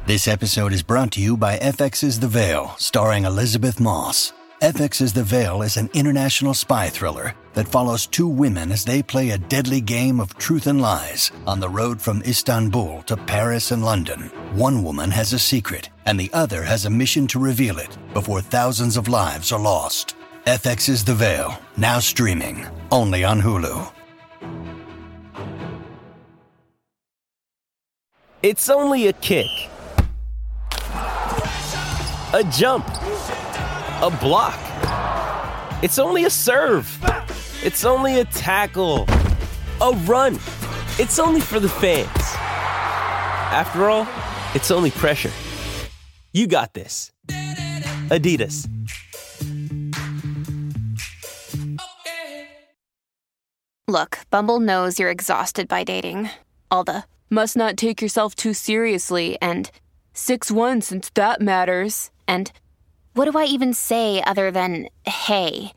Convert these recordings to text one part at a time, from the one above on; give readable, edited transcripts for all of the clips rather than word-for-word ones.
This episode is brought to you by FX's The Veil, starring Elizabeth Moss. FX's The Veil is an international spy thriller that follows two women as they play a deadly game of truth and lies on the road from Istanbul to Paris and London. One woman has a secret, and the other has a mission to reveal it before thousands of lives are lost. FX's The Veil, now streaming, only on Hulu. It's only a kick, a jump, a block. It's only a serve. It's only a tackle, a run. It's only for the fans. After all, it's only pressure. You got this. Adidas. Look, Bumble knows you're exhausted by dating. All the must not take yourself too seriously and 6'1" since that matters. And what do I even say other than, hey?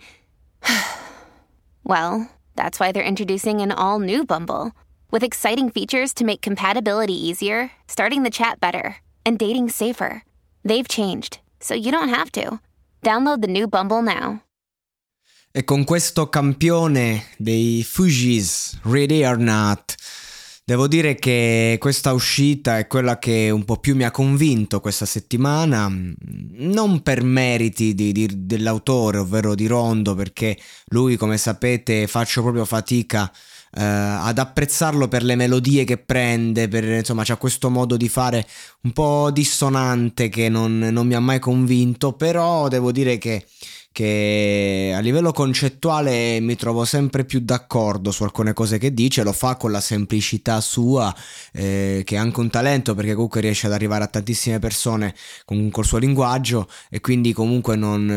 Well, that's why they're introducing an all-new Bumble, with exciting features to make compatibility easier, starting the chat better, and dating safer. They've changed, so you don't have to. Download the new Bumble now. E con questo campione dei Fugees, Ready or Not, devo dire che questa uscita è quella che un po' più mi ha convinto questa settimana, non per meriti dell'autore, ovvero di Rondo, perché lui, come sapete, faccio proprio fatica ad apprezzarlo per le melodie che prende, insomma c'ha questo modo di fare un po' dissonante che non mi ha mai convinto, però devo dire che a livello concettuale mi trovo sempre più d'accordo su alcune cose che dice. Lo fa con la semplicità sua, che è anche un talento, perché comunque riesce ad arrivare a tantissime persone col suo linguaggio, e quindi comunque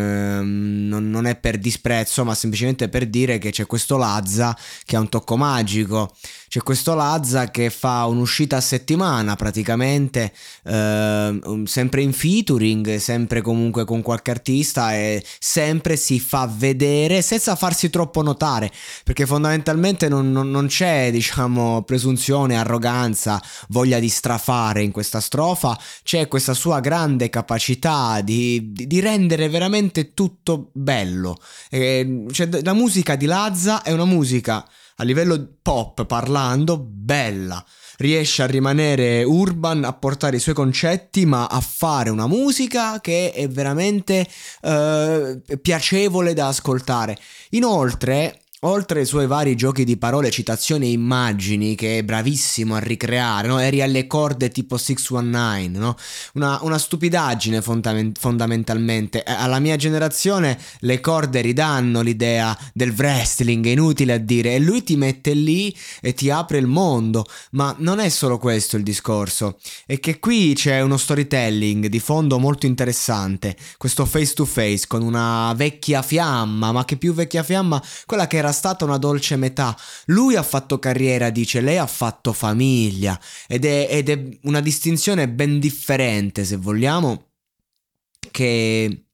non è per disprezzo, ma semplicemente per dire che c'è questo Lazza che ha un tocco magico. C'è questo Lazza che fa un'uscita a settimana praticamente, sempre in featuring, sempre comunque con qualche artista, e sempre si fa vedere senza farsi troppo notare, perché fondamentalmente non c'è, diciamo, presunzione, arroganza, voglia di strafare in questa strofa. C'è questa sua grande capacità di rendere veramente tutto bello. Cioè, la musica di Lazza è una musica a livello pop parlando bella, riesce a rimanere urban, a portare i suoi concetti, ma a fare una musica che è veramente piacevole da ascoltare. Inoltre, oltre ai suoi vari giochi di parole, citazioni e immagini che è bravissimo a ricreare, no? Eri alle corde tipo 619, no? Una stupidaggine fondamentalmente. Alla mia generazione le corde ridanno l'idea del wrestling, è inutile a dire, e lui ti mette lì e ti apre il mondo. Ma non è solo questo il discorso, è che qui c'è uno storytelling di fondo molto interessante, questo face to face con una vecchia fiamma, ma che più vecchia fiamma, quella che era stata una dolce metà. Lui ha fatto carriera, dice, lei ha fatto famiglia, ed è una distinzione ben differente, se vogliamo, che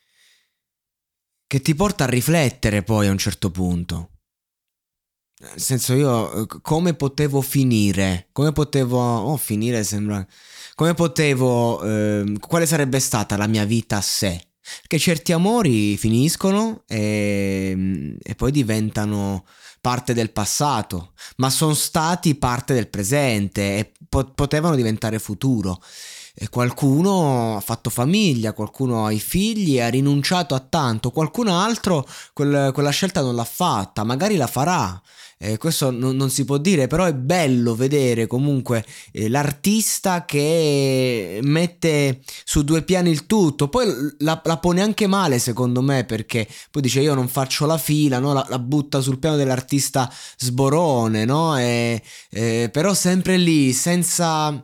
ti porta a riflettere poi a un certo punto. Nel senso, io come potevo finire? Come potevo finire sembra... Come potevo... quale sarebbe stata la mia vita a sé? Che certi amori finiscono e poi diventano parte del passato, ma sono stati parte del presente e potevano diventare futuro. E qualcuno ha fatto famiglia, qualcuno ha i figli e ha rinunciato a tanto, qualcun altro quella scelta non l'ha fatta, magari la farà. Questo non si può dire, però è bello vedere comunque l'artista che mette su due piani il tutto. Poi la pone anche male, secondo me, perché poi dice io non faccio la fila, no? La butta sul piano dell'artista sborone, no? Però sempre lì, senza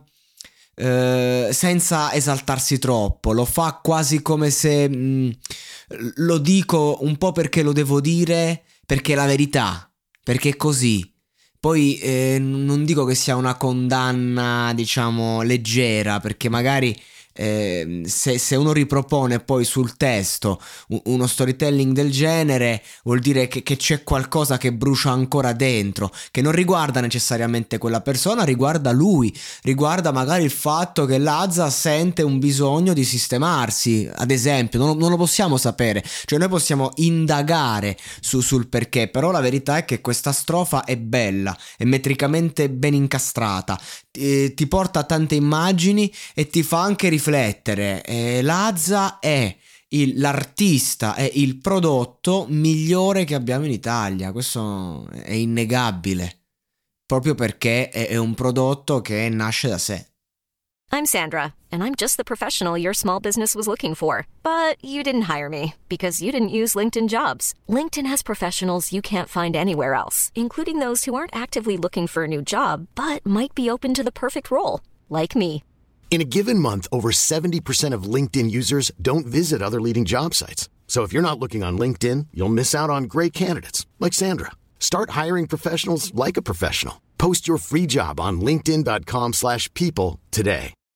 esaltarsi troppo, lo fa quasi come se lo dico un po' perché lo devo dire, perché è la verità, perché è così. Poi non dico che sia una condanna, diciamo, leggera, perché magari se uno ripropone poi sul testo uno storytelling del genere, vuol dire che c'è qualcosa che brucia ancora dentro, che non riguarda necessariamente quella persona, riguarda lui, riguarda magari il fatto che Lazza sente un bisogno di sistemarsi, ad esempio. Non lo possiamo sapere, cioè noi possiamo indagare sul perché, però la verità è che questa strofa è bella, è metricamente ben incastrata, ti porta a tante immagini e ti fa anche riflettere. Lazza è l'artista, è il prodotto migliore che abbiamo in Italia, questo è innegabile, proprio perché è un prodotto che nasce da sé. I'm Sandra, and I'm just the professional your small business was looking for. But you didn't hire me because you didn't use LinkedIn Jobs. LinkedIn has professionals you can't find anywhere else, including those who aren't actively looking for a new job, but might be open to the perfect role, like me. In a given month, over 70% of LinkedIn users don't visit other leading job sites. So if you're not looking on LinkedIn, you'll miss out on great candidates like Sandra. Start hiring professionals like a professional. Post your free job on linkedin.com/people today.